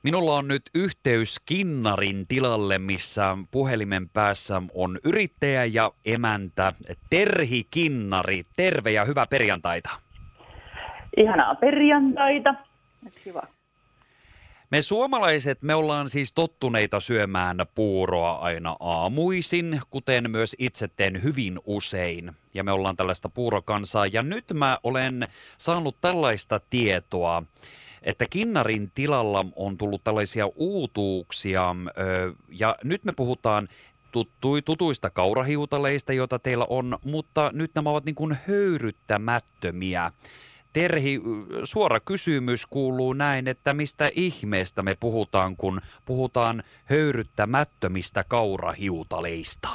Minulla on nyt yhteys Kinnarin tilalle, missä puhelimen päässä on yrittäjä ja emäntä Terhi Kinnari. Terve ja hyvää perjantaita. Ihanaa perjantaita. Kiva. Me suomalaiset, me ollaan siis tottuneita syömään puuroa aina aamuisin, kuten myös itse teen hyvin usein. Ja me ollaan tällaista puurokansaa. Ja nyt mä olen saanut tällaista tietoa, että Kinnarin tilalla on tullut tällaisia uutuuksia, ja nyt me puhutaan tutuista kaurahiutaleista, joita teillä on, mutta nyt nämä ovat niin kuin höyryttämättömiä. Terhi, suora kysymys kuuluu näin, että mistä ihmeestä me puhutaan, kun puhutaan höyryttämättömistä kaurahiutaleista?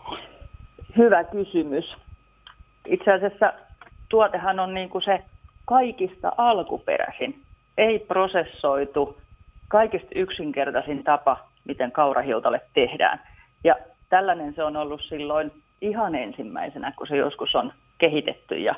Hyvä kysymys. Itse asiassa tuotehan on niin kuin se kaikista alkuperäisin, ei prosessoitu, kaikista yksinkertaisin tapa, miten kaurahiutale tehdään. Ja tällainen se on ollut silloin ihan ensimmäisenä, kun se joskus on kehitetty ja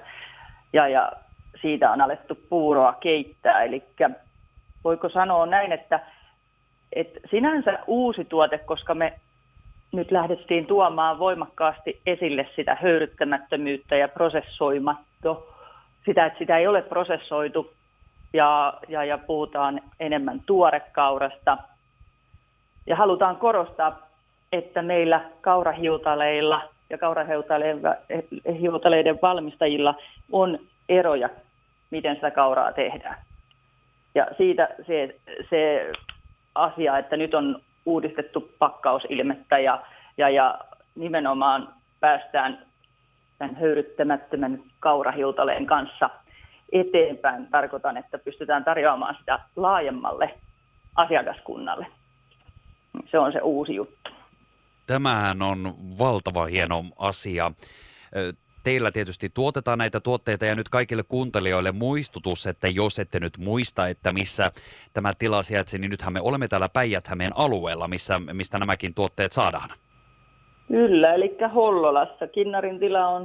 siitä on alettu puuroa keittää. Eli voiko sanoa näin, että sinänsä uusi tuote, koska me nyt lähdettiin tuomaan voimakkaasti esille sitä höyryttämättömyyttä ja prosessoimatto, sitä, että sitä ei ole prosessoitu ja puhutaan enemmän tuorekaurasta. Ja halutaan korostaa, että meillä kaurahiutaleilla ja kaurahiutaleiden valmistajilla on eroja, miten sitä kauraa tehdään. Ja siitä se asia, että nyt on uudistettu pakkausilmettä ja nimenomaan päästään tämän höyryttämättömän kaurahiutaleen kanssa eteenpäin. Tarkoitan, että pystytään tarjoamaan sitä laajemmalle asiakaskunnalle. Se on se uusi juttu. Tämähän on valtava hieno asia. Teillä tietysti tuotetaan näitä tuotteita ja nyt kaikille kuuntelijoille muistutus, että jos ette nyt muista, että missä tämä tila sijaitsee, niin nythän me olemme täällä Päijät-Hämeen alueella, mistä nämäkin tuotteet saadaan. Kyllä, eli Hollolassa. Kinnarin tila on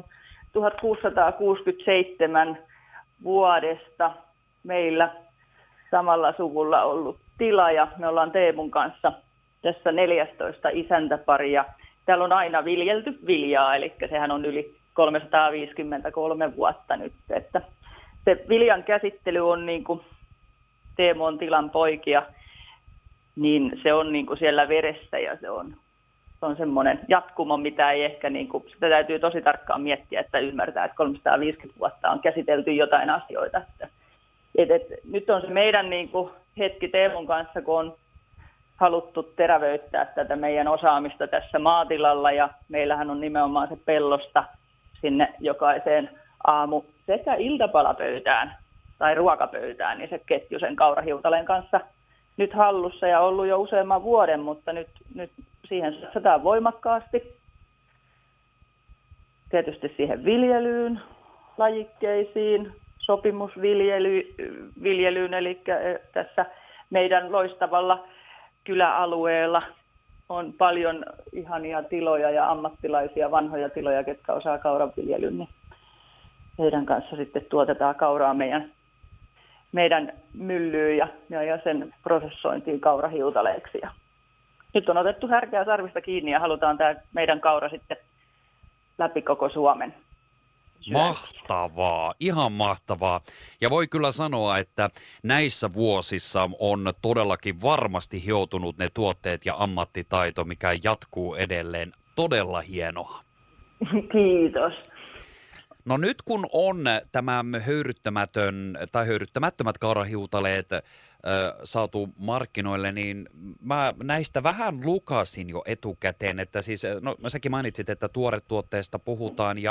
1667 vuodesta meillä samalla suvulla ollut tila ja me ollaan Teemun kanssa tässä 14 isäntäpari ja täällä on aina viljelty viljaa, eli sehän on yli 353 vuotta nyt, että se viljan käsittely on niin kuin Teemu on tilan poikia, niin se on niin kuin siellä veressä ja se on semmoinen jatkumo, mitä ei ehkä, niin kuin, sitä täytyy tosi tarkkaan miettiä, että ymmärtää, että 350 vuotta on käsitelty jotain asioita. Nyt on se meidän niin kuin hetki Teemun kanssa, kun on haluttu terävöittää tätä meidän osaamista tässä maatilalla ja meillähän on nimenomaan se pellosta sinne jokaiseen aamu- sekä iltapalapöytään tai ruokapöytään, niin se ketju sen kaurahiutaleen kanssa nyt hallussa ja ollut jo useamman vuoden, mutta nyt siihen satsataan voimakkaasti. Tietysti siihen viljelyyn, lajikkeisiin, sopimusviljelyyn, eli tässä meidän loistavalla kyläalueella on paljon ihania tiloja ja ammattilaisia vanhoja tiloja, ketkä osaa kauranviljelyn, niin heidän kanssa sitten tuotetaan kauraa meidän myllyyn ja sen prosessointiin kaurahiutaleeksi. Ja nyt on otettu härkää sarvista kiinni ja halutaan tämä meidän kaura sitten läpi koko Suomen. Mahtavaa, ihan mahtavaa. Ja voi kyllä sanoa, että näissä vuosissa on todellakin varmasti hioutunut ne tuotteet ja ammattitaito, mikä jatkuu edelleen. Todella hienoa. Kiitos. No nyt kun on tämä höyryttämättömät kaurahiutaleet saatu markkinoille, niin mä näistä vähän lukasin jo etukäteen, että siis, no säkin mainitsit, että tuoretuotteesta puhutaan ja